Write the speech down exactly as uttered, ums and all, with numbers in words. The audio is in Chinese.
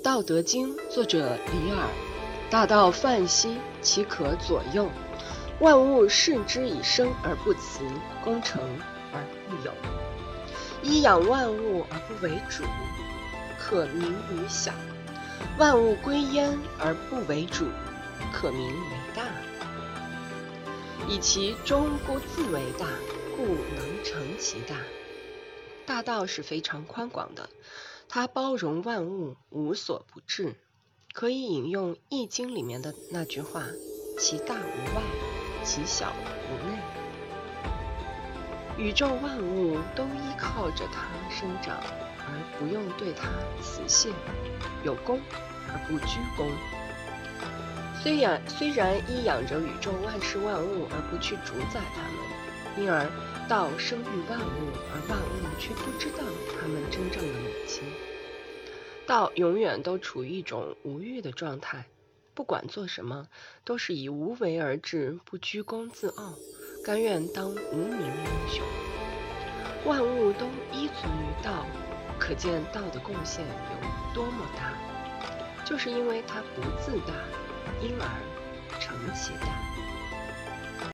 道德经》作者李耳，大道泛兮，其可左右？万物视之以生而不辞，功成而不有。一养万物而不为主，可名于小；万物归焉而不为主，可名为大。以其终不自为大，故能成其大。大道是非常宽广的，它包容万物，无所不至。可以引用《易经》里面的那句话：其大无外，其小无内。宇宙万物都依靠着它生长，而不用对它辞谢，有功而不居功。虽然虽然依养着宇宙万事万物而不去主宰它们，因而道生育万物，而万物却不知道它们真正的母亲。道永远都处于一种无欲的状态，不管做什么都是以无为而治，不居功自傲，甘愿当无名英雄。万物都依存于道，可见道的贡献有多么大。就是因为它不自大，因而成其大。